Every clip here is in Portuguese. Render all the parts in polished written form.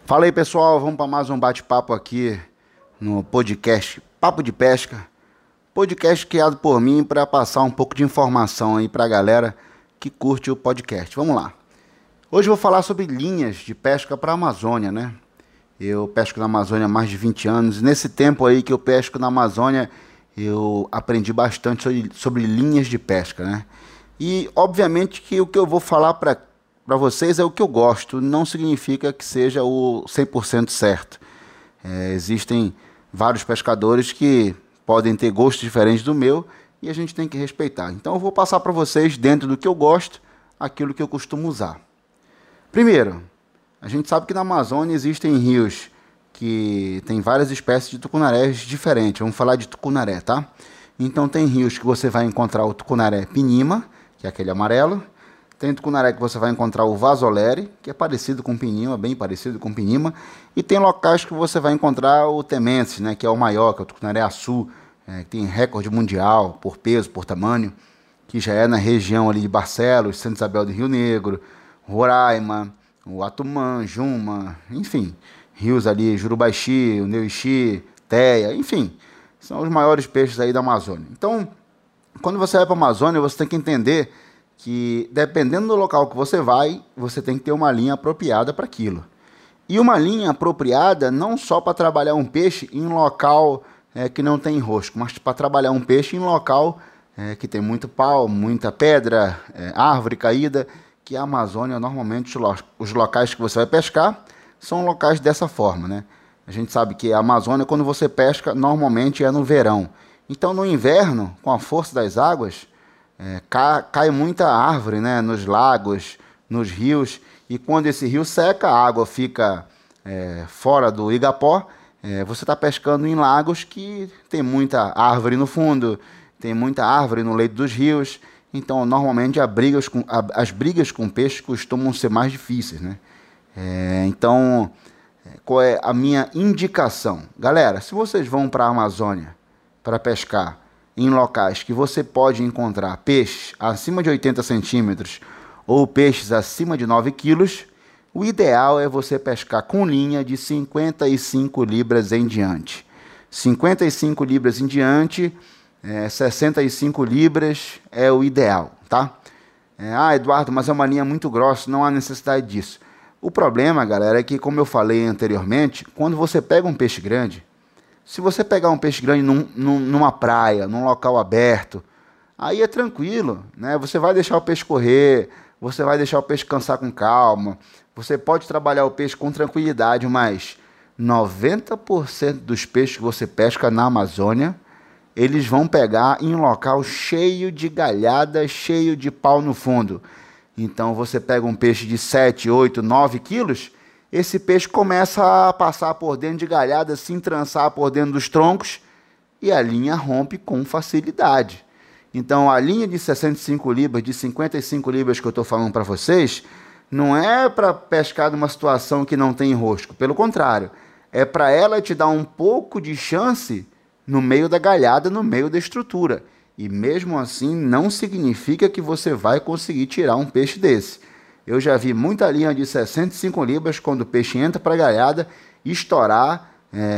Fala aí, pessoal, vamos para mais um bate-papo aqui no podcast Papo de Pesca. Podcast criado por mim para passar um pouco de informação aí para a galera que curte o podcast. Vamos lá. Hoje eu vou falar sobre linhas de pesca para a Amazônia, né? Eu pesco na Amazônia há mais de 20 anos. Nesse tempo aí que eu pesco na Amazônia, eu aprendi bastante sobre linhas de pesca, né? E, obviamente, que o que eu vou falar para vocês é o que eu gosto. Não significa que seja o 100% certo. Existem vários pescadores que podem ter gostos diferentes do meu e a gente tem que respeitar. Então, eu vou passar para vocês, dentro do que eu gosto, aquilo que eu costumo usar. Primeiro, a gente sabe que na Amazônia existem rios que tem várias espécies de tucunarés diferentes. Vamos falar de tucunaré, tá? Então tem rios que você vai encontrar o tucunaré pinima, que é aquele amarelo. Tem tucunaré que você vai encontrar o vazolere, que é parecido com pinima, bem parecido com pinima. E tem locais que você vai encontrar o temenses, né, que é o maior, que é o tucunaré açu, que tem recorde mundial por peso, por tamanho, que já é na região ali de Barcelos, Santa Isabel do Rio Negro, Roraima, o Atumã, Juma, enfim, rios ali, Jurubaixi, o Neuixi, Teia, enfim, são os maiores peixes aí da Amazônia. Então, quando você vai para a Amazônia, você tem que entender que, dependendo do local que você vai, você tem que ter uma linha apropriada para aquilo. E uma linha apropriada não só para trabalhar um peixe em local que não tem enrosco, mas para trabalhar um peixe em local que tem muito pau, muita pedra, árvore caída, que a Amazônia, normalmente, os locais que você vai pescar são locais dessa forma, né? A gente sabe que a Amazônia, quando você pesca, normalmente é no verão. Então, no inverno, com a força das águas, cai muita árvore, né? Nos lagos, nos rios. E quando esse rio seca, a água fica fora do Igapó, você está pescando em lagos que tem muita árvore no fundo, tem muita árvore no leito dos rios. Então, normalmente, as brigas com peixe costumam ser mais difíceis, né? Então, qual é a minha indicação? Galera, se vocês vão para a Amazônia para pescar em locais que você pode encontrar peixes acima de 80 centímetros ou peixes acima de 9 quilos, o ideal é você pescar com linha de 55 libras em diante. 55 libras em diante... 65 libras é o ideal, tá? Eduardo, mas é uma linha muito grossa, não há necessidade disso. O problema, galera, é que, como eu falei anteriormente, quando você pega um peixe grande, se você pegar um peixe grande numa praia, num local aberto, aí é tranquilo, né? Você vai deixar o peixe correr, você vai deixar o peixe cansar com calma, você pode trabalhar o peixe com tranquilidade, mas 90% dos peixes que você pesca na Amazônia, eles vão pegar em um local cheio de galhada, cheio de pau no fundo. Então, você pega um peixe de 7, 8, 9 quilos, esse peixe começa a passar por dentro de galhada, se entrançar por dentro dos troncos, e a linha rompe com facilidade. Então, a linha de 65 libras, de 55 libras que eu estou falando para vocês, não é para pescar numa situação que não tem enrosco. Pelo contrário, é para ela te dar um pouco de chance no meio da galhada, no meio da estrutura. E mesmo assim, não significa que você vai conseguir tirar um peixe desse. Eu já vi muita linha de 65 libras, quando o peixe entra para a galhada, estourar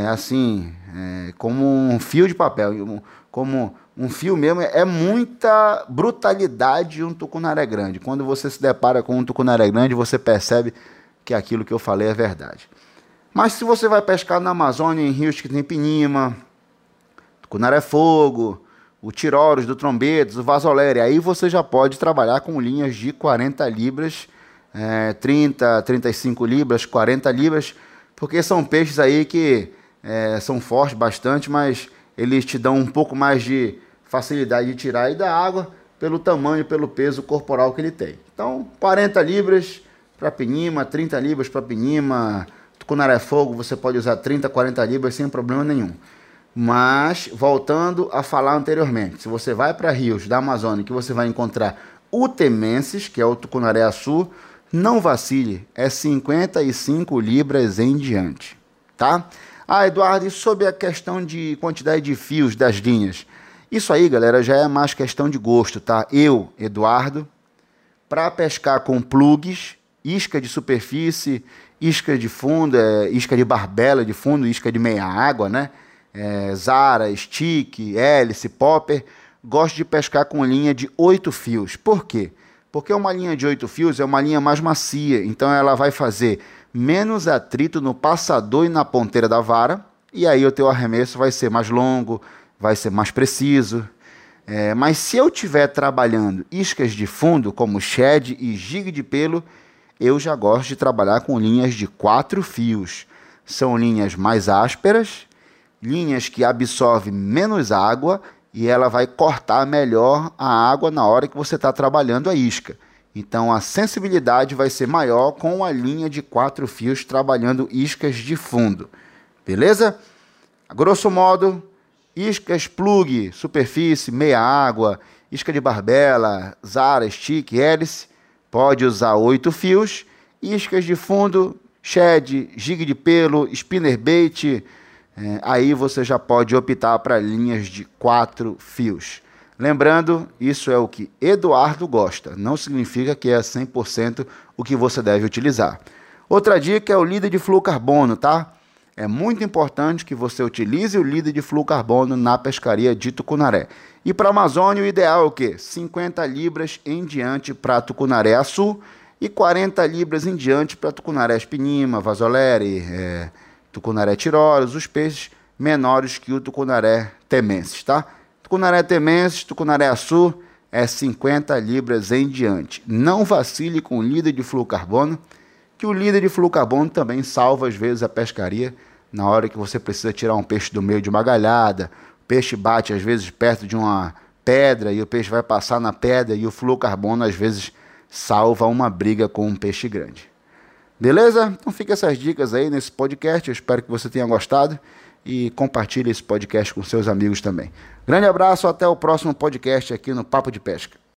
como um fio de papel. Como um fio mesmo, é muita brutalidade um tucunaré grande. Quando você se depara com um tucunaré grande, você percebe que aquilo que eu falei é verdade. Mas se você vai pescar na Amazônia, em rios que tem pinima, tucunaré-fogo, o tiroros do trombetes, o vazolere, aí você já pode trabalhar com linhas de 40 libras, 30, 35 libras, 40 libras, porque são peixes aí que são fortes bastante, mas eles te dão um pouco mais de facilidade de tirar aí da água pelo tamanho, pelo peso corporal que ele tem. Então, 40 libras para pinima, 30 libras para pinima, tucunaré-fogo, você pode usar 30, 40 libras sem problema nenhum. Mas, voltando a falar anteriormente, se você vai para rios da Amazônia, que você vai encontrar o temenses, que é o tucunaré açu, não vacile, é 55 libras em diante, tá? Eduardo, e sobre a questão de quantidade de fios das linhas? Isso aí, galera, já é mais questão de gosto, tá? Eu, Eduardo, para pescar com plugs, isca de superfície, isca de fundo, isca de barbela de fundo, isca de meia água, né? Zara, stick, hélice, popper. Gosto de pescar com linha de 8 fios. Por quê? Porque uma linha de 8 fios é uma linha mais macia, então ela vai fazer menos atrito no passador e na ponteira da vara, e aí o teu arremesso vai ser mais longo, vai ser mais preciso. Mas se eu estiver trabalhando iscas de fundo, como shed e jig de pelo, eu já gosto de trabalhar com linhas de 4 fios. São linhas mais ásperas, linhas que absorvem menos água e ela vai cortar melhor a água na hora que você está trabalhando a isca. Então a sensibilidade vai ser maior com a linha de 4 fios trabalhando iscas de fundo. Beleza? A grosso modo, iscas plug, superfície, meia água, isca de barbela, Zara, stick, hélice, pode usar 8 fios. Iscas de fundo, shed, jig de pelo, spinnerbait, aí você já pode optar para linhas de 4 fios. Lembrando, isso é o que Eduardo gosta, não significa que é 100% o que você deve utilizar. Outra dica é o líder de fluorcarbono, tá? É muito importante que você utilize o líder de fluorcarbono na pescaria de tucunaré. E para a Amazônia, o ideal é o quê? 50 libras em diante para tucunaré açu e 40 libras em diante para tucunaré espinima, vazolere, tucunaré tiroros, os peixes menores que o tucunaré temensis, tá? Tucunaré temensis, tucunaré açu é 50 libras em diante. Não vacile com o líder de fluorcarbono, que o líder de fluorcarbono também salva às vezes a pescaria na hora que você precisa tirar um peixe do meio de uma galhada. O peixe bate às vezes perto de uma pedra e o peixe vai passar na pedra e o fluorcarbono às vezes salva uma briga com um peixe grande. Beleza? Então fica essas dicas aí nesse podcast, eu espero que você tenha gostado e compartilhe esse podcast com seus amigos também. Grande abraço, até o próximo podcast aqui no Papo de Pesca.